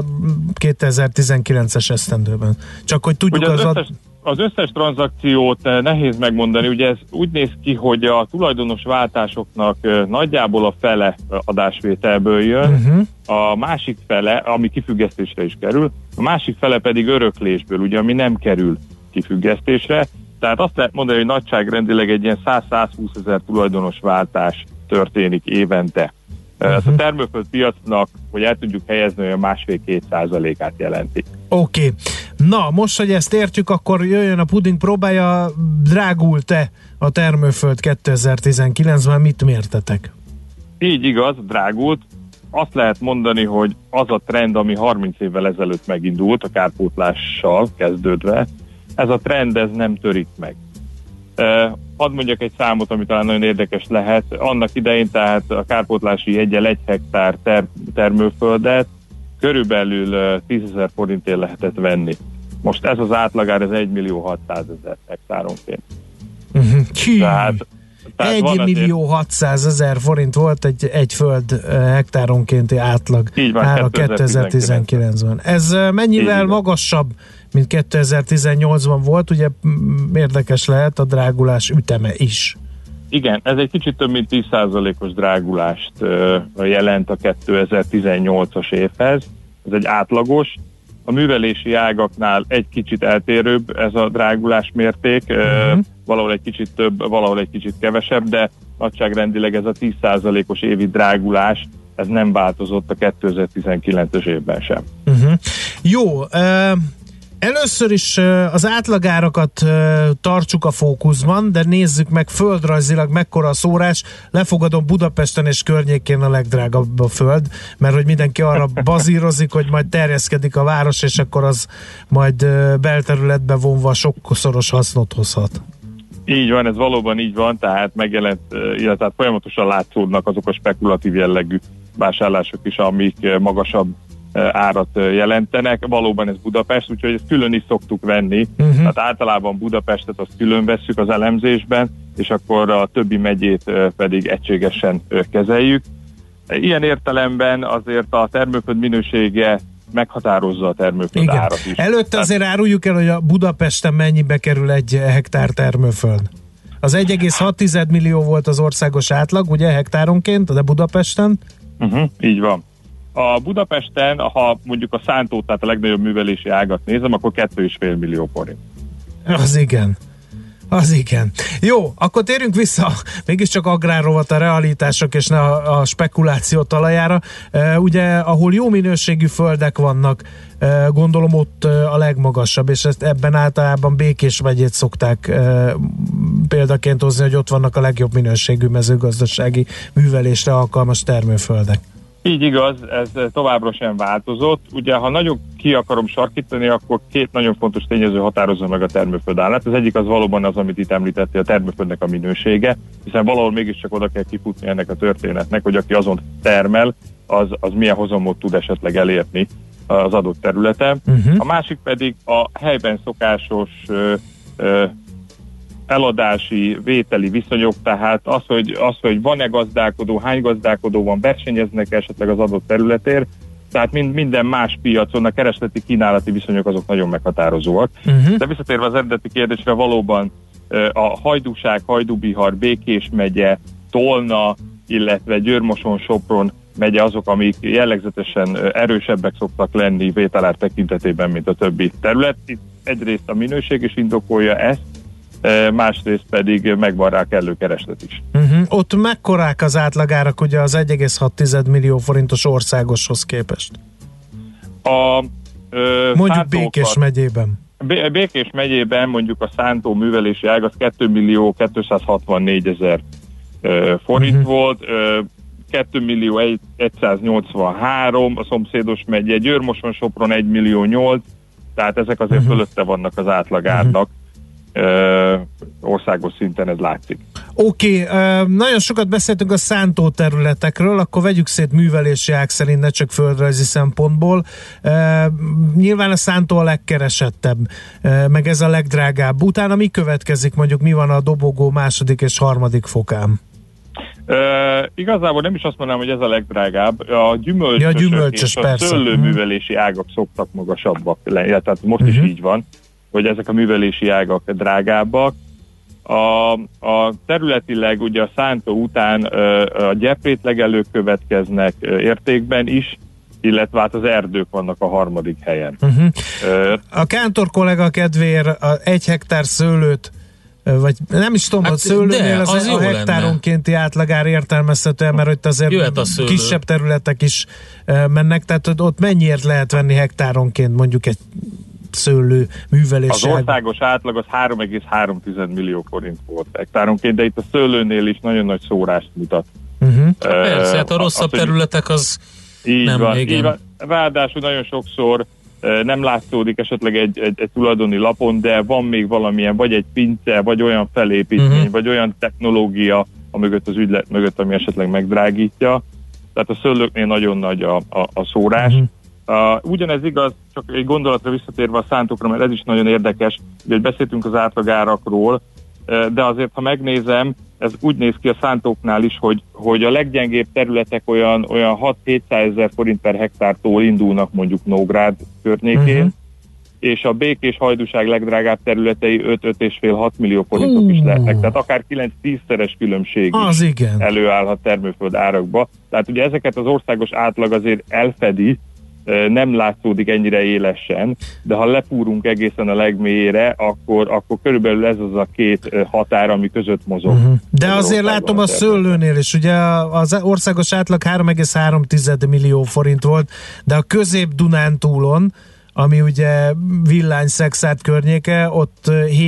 2019-es esztendőben? Csak hogy tudjuk az összes tranzakciót nehéz megmondani, ugye ez úgy néz ki, hogy a tulajdonos váltásoknak nagyjából a fele adásvételből jön, a másik fele, ami kifüggesztésre is kerül, a másik fele pedig öröklésből, ugye, ami nem kerül kifüggesztésre. Tehát azt lehet mondani, hogy nagyságrendileg egy ilyen 100-120 ezer tulajdonos váltás történik évente. Ez a termőföld piacnak, hogy el tudjuk helyezni, olyan 1,5-2%-át jelenti. Oké. Na, most, hogy ezt értjük, akkor jöjjön a puding próbája. Drágult-e a termőföld 2019-ben? Mit mértetek? Így igaz, drágult. Azt lehet mondani, hogy az a trend, ami 30 évvel ezelőtt megindult, a kárpótlással kezdődve, ez a trend ez nem törik meg. Hadd mondjak egy számot, ami talán nagyon érdekes lehet. Annak idején tehát a kárpótlási jeggyel 1 hektár termőföldet körülbelül 10 000 forintért lehetett venni. Most ez az átlagár, ez 1.600.000 hektáronként. Tehát 1.600.000 forint volt egy föld hektáronkénti átlag ára 2019-ben. Ez mennyivel magasabb, mint 2018-ban volt? Ugye érdekes lehet a drágulás üteme is. Igen, ez egy kicsit több mint 10%-os drágulást jelent a 2018-as évhez. Ez egy átlagos. A művelési ágaknál egy kicsit eltérőbb ez a drágulás mérték, valahol egy kicsit több, valahol egy kicsit kevesebb, de nagyságrendileg ez a 10%-os évi drágulás, ez nem változott a 2019-es évben sem. Jó, először is az átlagárakat tartsuk a fókuszban, de nézzük meg földrajzilag mekkora a szórás. Lefogadom, Budapesten és környékén a legdrágabb a föld, mert hogy mindenki arra bazírozik, hogy majd terjeszkedik a város, és akkor az majd belterületbe vonva sokszoros hasznot hozhat. Így van, ez valóban így van, tehát megjelent, illetve folyamatosan látszódnak azok a spekulatív jellegű vásárlások is, amik magasabb árat jelentenek. Valóban ez Budapest, úgyhogy ezt külön is szoktuk venni. Tehát általában Budapestet azt külön vesszük az elemzésben, és akkor a többi megyét pedig egységesen kezeljük. Ilyen értelemben azért a termőföld minősége meghatározza a termőföld árat is. Előtte azért áruljuk el, hogy a Budapesten mennyibe kerül egy hektár termőföld. Az 1,6 millió volt az országos átlag, ugye hektáronként, de Budapesten? Így van. A Budapesten, ha mondjuk a Szántót, tehát a legnagyobb művelési ágat nézem, akkor 2,5 millió forint. Az igen. Az igen. Jó, akkor térjünk vissza mégiscsak agrárrovat a realitások és ne a spekuláció talajára. Ugye, ahol jó minőségű földek vannak, gondolom ott a legmagasabb, és ezt ebben általában Békés megyét szokták példaként hozni, hogy ott vannak a legjobb minőségű mezőgazdasági művelésre alkalmas termőföldek. Így igaz, ez továbbra sem változott. Ugye, ha nagyon ki akarom sarkítani, akkor két nagyon fontos tényező határozza meg a termőföld állát. Az egyik az valóban az, amit itt említettél, a termőföldnek a minősége, hiszen valahol mégiscsak oda kell kifutni ennek a történetnek, hogy aki azon termel, az milyen hozamot tud esetleg elérni az adott területen. A másik pedig a helyben szokásos eladási, vételi viszonyok, tehát az, hogy van-e gazdálkodó, hány gazdálkodó van, versenyeznek esetleg az adott területért, tehát minden más piacon a keresleti kínálati viszonyok azok nagyon meghatározóak. De visszatérve az eredeti kérdésre, valóban a Hajdúság, Hajdú-Bihar, Békés megye, Tolna, illetve Győr-Moson-Sopron megye azok, amik jellegzetesen erősebbek szoktak lenni vételár tekintetében, mint a többi terület. Itt egyrészt a minőség is indokolja ezt, másrészt pedig megvan rá kellő kereslet is. Ott mekkorák az átlagárak ugye az 1,6 millió forintos országoshoz képest? Mondjuk Békés megyében. Békés megyében mondjuk a szántó művelési ág az 2.264.000 forint volt, 2.183.000 a szomszédos megye, Győr-Moson-Sopron 1.008.000, tehát ezek azért fölötte vannak az átlagárnak. Országos szinten ez látszik. Oké, nagyon sokat beszéltünk a szántó területekről, akkor vegyük szét művelési ág szerint, ne csak földrajzi szempontból. Nyilván a szántó a legkeresettebb, meg ez a legdrágább. Utána mi következik, mondjuk mi van a dobogó második és harmadik fokán? Igazából nem is azt mondanám, hogy ez a legdrágább. A gyümölcsösök és a szőlőművelési ágak szoktak magasabbak lenni. Tehát most is így van, hogy ezek a művelési ágak drágábbak. A területileg ugye a szántó után a gyeprétlegelők következnek értékben is, illetve hát az erdők vannak a harmadik helyen. A Kántor kollega kedvéért 1 hektár szőlőt, vagy nem is tudom, hogy szőlőnél az a hektáronkénti átlagár értelmezhetően, mert ott azért kisebb területek is mennek, tehát ott mennyiért lehet venni hektáronként mondjuk egy szőlő művelési? Az országos átlag az 3,3 millió forint volt hektáronként, de itt a szőlőnél is nagyon nagy szórást mutat. Persze, hát a rosszabb területek az így van. Ráadásul nagyon sokszor nem látszódik esetleg egy tulajdoni lapon, de van még valamilyen, vagy egy pince, vagy olyan felépítmény, vagy olyan technológia mögött az ügylet mögött, ami esetleg megdrágítja. Tehát a szőlőknél nagyon nagy a szórás. Ugyanez igaz, csak egy gondolatra visszatérve a szántokra, mert ez is nagyon érdekes, hogy beszéltünk az átlagárakról, de azért, ha megnézem, ez úgy néz ki a szántóknál is, hogy a leggyengébb területek olyan 6-700 ezer forint per hektártól indulnak mondjuk Nógrád környékén, és a Békés Hajdúság legdrágább területei 5-5,5-6 millió forintok is lehetnek, tehát akár 9-10-szeres különbség is előállhat termőföld árakba. Tehát ugye ezeket az országos átlag azért elfedi, nem látszódik ennyire élesen, de ha lepúrunk egészen a legmélyére, akkor körülbelül ez az a két határ, ami között mozog. De azért látom a szőlőnél is, ugye az országos átlag 3,3 millió forint volt, de a Közép-Dunántúlon, ami ugye Villány-Szexárd környéke, ott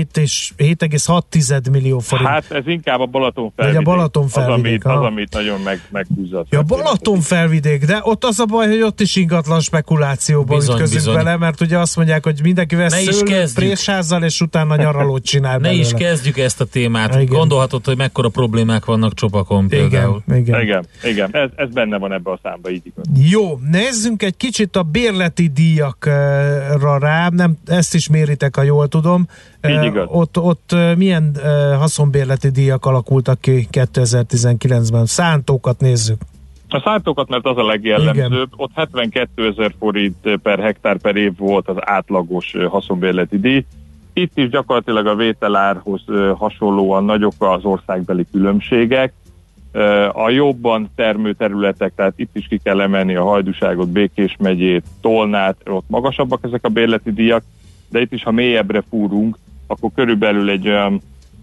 7,6 millió forint. Hát ez inkább a Balatonfelvidék. A Balatonfelvidék. Az, amit nagyon meghúzza. Ja, Balatonfelvidék, de ott az a baj, hogy ott is ingatlan spekulációba ütközünk vele, mert ugye azt mondják, hogy mindenki vesz szőlőt présházzal, és utána nyaralót csinál belőle. Ne is kezdjük ezt a témát. Igen. Gondolhatod, hogy mekkora problémát vannak Csopakon például. Igen. Ez benne van ebbe a számba, így igaz. Jó, nézzünk egy kicsit a bérleti díjakra rá, nem, ezt is méritek, ha jól tudom. Ott milyen haszonbérleti díjak alakultak ki 2019-ben? Szántókat nézzük. A szántókat, mert az a legjellemzőbb, ott 72 000 forint per hektár per év volt az átlagos haszonbérleti díj. Itt is gyakorlatilag a vételárhoz hasonlóan nagyok az országbeli különbségek. A jobban termő területek, tehát itt is ki kell emelni a Hajdúságot, Békés megyét, Tolnát, ott magasabbak ezek a bérleti díjak, de itt is, ha mélyebbre fúrunk, akkor körülbelül egy olyan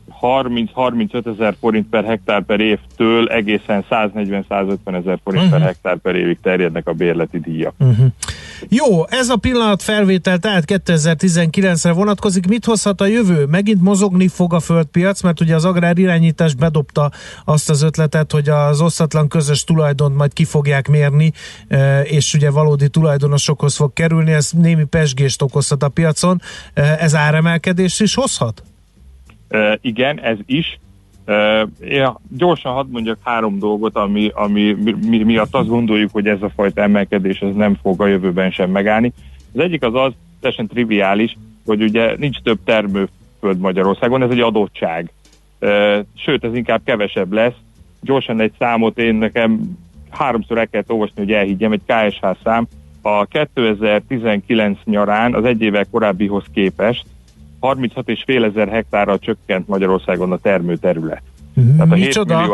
30-35 000 forint per hektár per évtől egészen 140-150 000 forint per hektár per évig terjednek a bérleti díjak. Jó, ez a pillanat felvétel tehát 2019-re vonatkozik. Mit hozhat a jövő? Megint mozogni fog a földpiac, mert ugye az agrárirányítás bedobta azt az ötletet, hogy az osztatlan közös tulajdont majd ki fogják mérni, és ugye valódi tulajdonosokhoz fog kerülni, ez némi pezsgést okozhat a piacon. Ez áremelkedést is hozhat? Igen, ez is. Gyorsan hadd mondjak 3 dolgot, ami miatt azt gondoljuk, hogy ez a fajta emelkedés ez nem fog a jövőben sem megállni. Az egyik az teljesen triviális, hogy ugye nincs több termőföld Magyarországon, ez egy adottság. Sőt, ez inkább kevesebb lesz. Gyorsan egy számot nekem 3-szor el kellett olvasni, hogy elhiggyem, egy KSH szám. A 2019 nyarán az egy évvel korábbihoz képest 36,5 ezer hektárral csökkent Magyarországon a termőterület. Tehát a 7 millió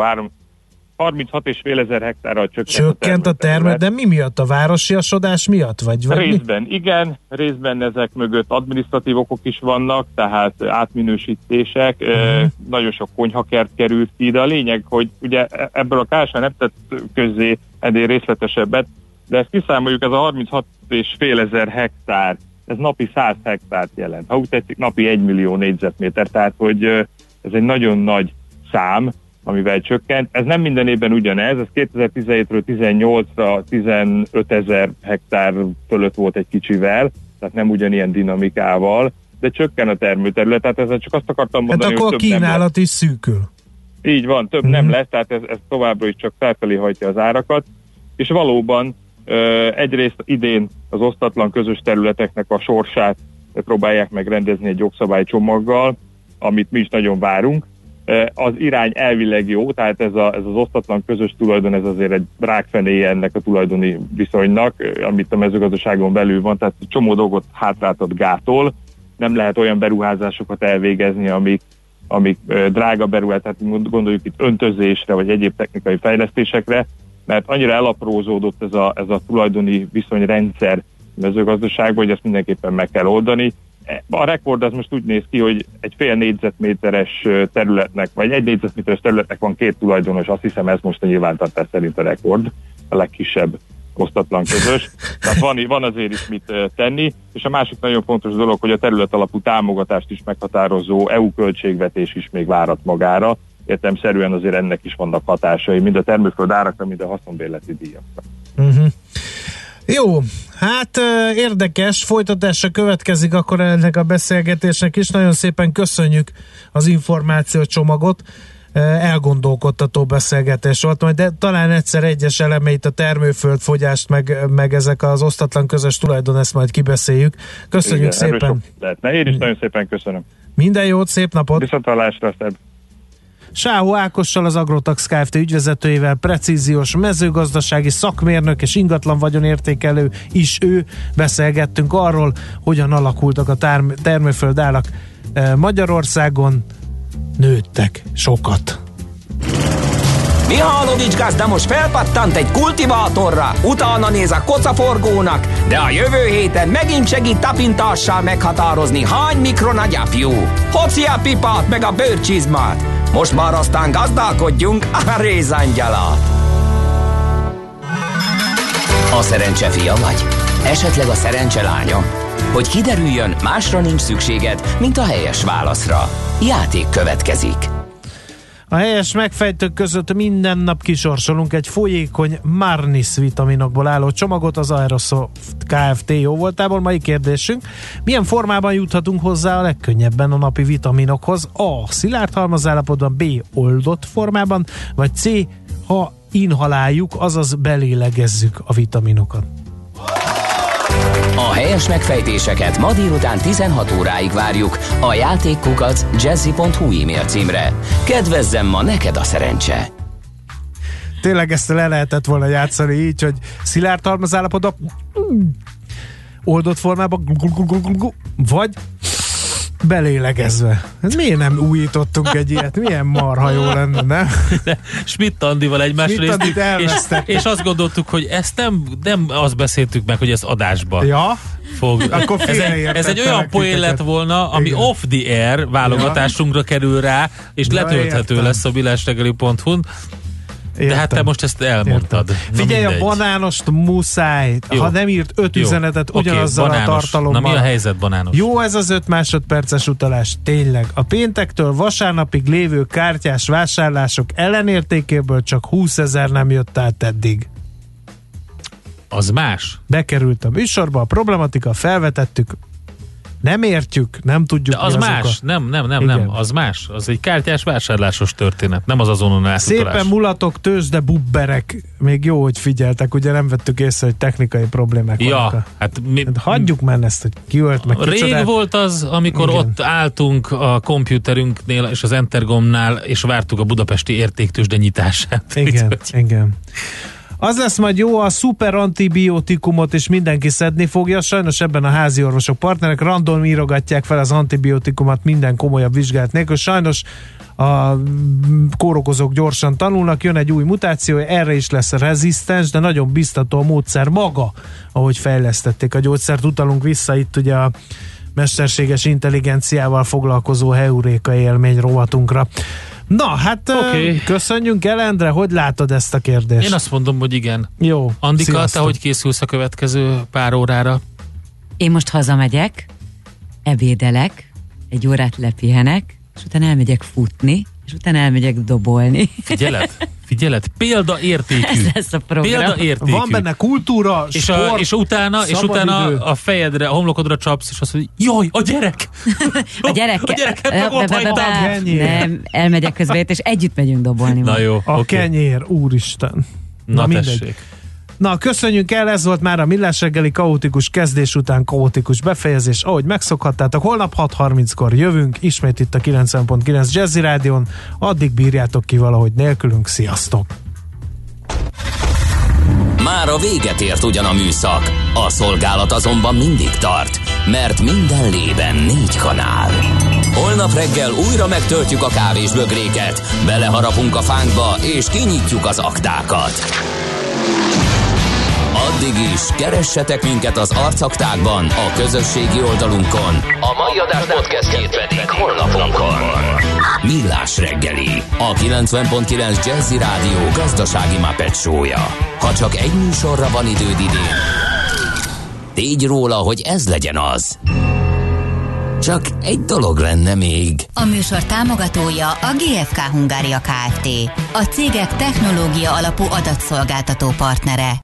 36,5 ezer hektárral csökkent a termőterület. De mi miatt? A városiasodás miatt? Vagy részben igen, részben ezek mögött adminisztratív okok is vannak, tehát átminősítések, nagyon sok konyhakert került ki, de a lényeg, hogy ugye ebből a KSH nem tett közzé ennél részletesebbet, de ezt kiszámoljuk, ez a 36,5 ezer hektár ez napi 100 hektárt jelent. Ha úgy tetszik, napi 1 millió négyzetméter, tehát hogy ez egy nagyon nagy szám, amivel csökkent. Ez nem minden évben ugyanez, ez 2017-ről 18-ra 15 000 hektár fölött volt egy kicsivel, tehát nem ugyanilyen dinamikával, de csökken a termőterület, tehát ezzel csak azt akartam mondani, hát akkor hogy a kínálat is szűkül. Így van, több nem lesz, tehát ez továbbra is csak felfelé hajtja az árakat, és valóban egyrészt idén az osztatlan közös területeknek a sorsát próbálják megrendezni egy jogszabálycsomaggal, amit mi is nagyon várunk. Az irány elvileg jó, tehát ez az osztatlan közös tulajdon, ez azért egy rákfenéje ennek a tulajdoni viszonynak, amit a mezőgazdaságon belül van, tehát csomó dolgot hátráltat gátol, nem lehet olyan beruházásokat elvégezni, amik drága beruházás, tehát gondoljuk itt öntözésre, vagy egyéb technikai fejlesztésekre, mert annyira elaprózódott ez a tulajdoni viszonyrendszer mezőgazdaságban, hogy ezt mindenképpen meg kell oldani. A rekord az most úgy néz ki, hogy egy fél négyzetméteres területnek, vagy egy négyzetméteres területnek van 2 tulajdonos, azt hiszem ez most a nyilvántartás szerint a rekord, a legkisebb osztatlan közös. Tehát van azért is mit tenni, és a másik nagyon fontos dolog, hogy a terület alapú támogatást is meghatározó EU költségvetés is még várat magára. Értelemszerűen azért ennek is vannak hatásai, mind a termőföld árakra, mind a haszonbérleti díjakra. Jó, hát érdekes, folytatása következik akkor ennek a beszélgetésnek is. Nagyon szépen köszönjük az információcsomagot, elgondolkodtató beszélgetés volt, majd de talán egyszer egyes elemeit, a termőföldfogyást, meg ezek az osztatlan közös tulajdon, ezt majd kibeszéljük. Köszönjük szépen! Én is nagyon szépen köszönöm. Minden jót, szép napot! Viszontlátásra, Szebb! Sáhó Ákossal, az Agrotax Kft. Ügyvezetőjével, precíziós mezőgazdasági szakmérnök és ingatlan vagyonértékelő is ő, beszélgettünk arról, hogyan alakultak a termőföld árak Magyarországon. Nőttek sokat. Mihálovics gazda most felpattant egy kultivátorra, utána néz a kocaforgónak, de a jövő héten megint segít tapintással meghatározni, hány mikron a gyapjú. Hoci a pipát meg a bőrcsizmát. Most már aztán gazdálkodjunk a rézangyalat. A szerencse fia vagy? Esetleg a szerencse lánya? Hogy kiderüljön, másra nincs szükséged, mint a helyes válaszra. Játék következik. A helyes megfejtők között minden nap kisorsolunk egy folyékony Marnis vitaminokból álló csomagot az Aerosoft Kft. Jóvoltából. Mai kérdésünk: milyen formában juthatunk hozzá a legkönnyebben a napi vitaminokhoz? A. szilárd halmazállapotban, B. oldott formában, vagy C. ha inhaláljuk, azaz belélegezzük a vitaminokat. A helyes megfejtéseket ma délután 16 óráig várjuk a játékkukac@jazzy.hu e-mail címre. Kedvezzem ma neked a szerencse! Tényleg ezt le lehetett volna játszani így, hogy szilárd halmazállapotban, oldott formában, vagy belélegezve. Ez miért nem újítottunk egy ilyet? Milyen marha jó lenne, nem? Schmidt Andival egymásra és azt gondoltuk, hogy ezt nem azt beszéltük meg, hogy ez adásba fog. Akkor ez egy olyan poén lett volna, ami igen, off the air válogatásunkra kerül rá, és letölthető lesz a millásreggeli.hu-n. De hát te most ezt elmondtad. Figyelj, a banánost muszáj. Jó. Ha nem írt 5 üzenetet ugyanazzal a tartalommal. Na mi a helyzet banános? Jó ez az 5 másodperces utalás. Tényleg. A péntektől vasárnapig lévő kártyás vásárlások ellenértékéből csak 20 000 nem jött át eddig. Az más. Bekerült a műsorba, a problematika, felvetettük, nem értjük, nem tudjuk. De az más, nem, az más. Az egy kártyás vásárlásos történet, nem az azonon átutalás. Szépen mulatok, tőzsde bubberek. Még jó, hogy figyeltek, ugye nem vettük észre, hogy technikai problémák vannak. Hát hagyjuk már ezt, hogy ki ölt meg kicsodát. Rég volt az, amikor igen, ott álltunk a kompjúterünknél és az Entergomnál, és vártuk a budapesti értéktőzsde nyitását. Igen. Az lesz majd jó, a szuper antibiotikumot is mindenki szedni fogja, sajnos ebben a házi orvosok partnerek random írogatják fel az antibiotikumot minden komolyabb vizsgálat nélkül. Sajnos a kórokozók gyorsan tanulnak, jön egy új mutáció, erre is lesz rezisztens, de nagyon biztató a módszer maga, ahogy fejlesztették a gyógyszert. Utalunk vissza itt ugye a mesterséges intelligenciával foglalkozó heuréka élmény rovatunkra. Na, hát köszönjünk el, Endre, hogy látod ezt a kérdést? Én azt mondom, hogy igen. Jó. Andika, te hogy készülsz a következő pár órára? Én most hazamegyek, ebédelek, egy órát lepihenek, és utána elmegyek futni, és utána elmegyek dobolni. Figyeled, példaértékű. Ez lesz a program. Példaértékű. Van benne kultúra, sport, és utána a fejedre, a homlokodra csapsz, és azt mondod, jaj, a gyerek! A gyereket meg ott hagytam. Nem, elmegyek közben, és együtt megyünk dobolni. Na jó, a kenyér, úristen. Na tessék. Na, köszönjük el, ez volt már a Millás reggeli kaotikus kezdés után kaotikus befejezés, ahogy megszokhattátok. Holnap 6:30-kor jövünk, ismét itt a 90.9 Jazzy Rádion, addig bírjátok ki valahogy nélkülünk, sziasztok! Már a véget ért ugyan a műszak, a szolgálat azonban mindig tart, mert minden lében 4 kanál. Holnap reggel újra megtöltjük a kávésbögréket, beleharapunk a fánkba és kinyitjuk az aktákat. Addig is keressetek minket az arcaktákban, a közösségi oldalunkon. A mai adás podcastjét pedig honlapunkon. Millás reggeli, a 90.9 Jazzy Rádió gazdasági Muppet show-ja. Ha csak egy műsorra van időd idén, tégy róla, hogy ez legyen az. Csak egy dolog lenne még. A műsor támogatója a GFK Hungária Kft. A cégek technológia alapú adatszolgáltató partnere.